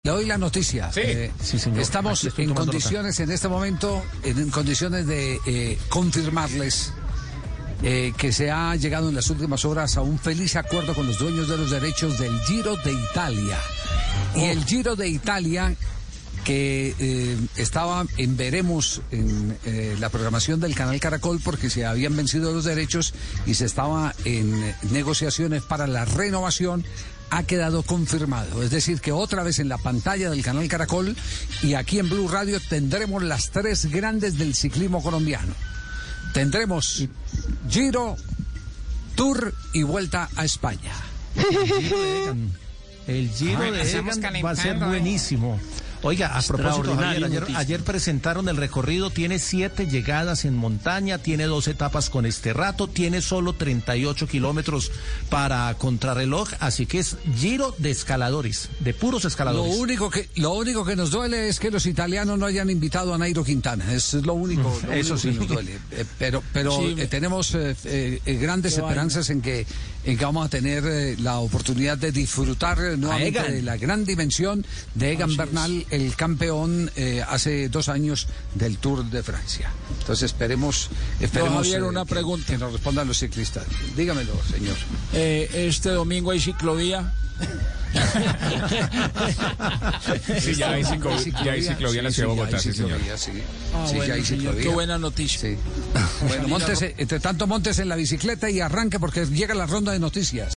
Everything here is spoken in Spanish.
Le doy la noticia. Sí, sí, señor. Estamos en condiciones en este momento, en condiciones de confirmarles que se ha llegado en las últimas horas a un feliz acuerdo con los dueños de los derechos del Giro de Italia. Y el Giro de Italia, que estaba en veremos en la programación del canal Caracol porque se habían vencido los derechos y se estaba en negociaciones para la renovación, ha quedado confirmado. Es decir, que otra vez en la pantalla del canal Caracol y aquí en Blue Radio tendremos las tres grandes del ciclismo colombiano. Tendremos Giro, Tour y Vuelta a España. El Giro de Egan va a ser buenísimo. Oiga, a propósito, Javier, ayer presentaron el recorrido, tiene 7 llegadas en montaña, tiene 2 etapas con Esterrato, tiene solo 38 kilómetros para contrarreloj, así que es Giro de escaladores, de puros escaladores. Lo único que nos duele es que los italianos no hayan invitado a Nairo Quintana, es lo único, eso sí nos duele. Pero sí, tenemos grandes esperanzas en que vamos a tener la oportunidad de disfrutar nuevamente de la gran dimensión de Egan Bernal, el campeón hace 2 años del Tour de Francia. Entonces esperemos Javier, una pregunta que nos respondan los ciclistas. Dígamelo, señor. Este domingo hay ciclovía. Sí, ya hay ciclovía en la ciudad de Bogotá, sí, señor. Bueno, ya hay ciclovía. Qué buena noticia. Sí. Bueno, entre tanto, montes en la bicicleta y arranque porque llega la ronda de noticias.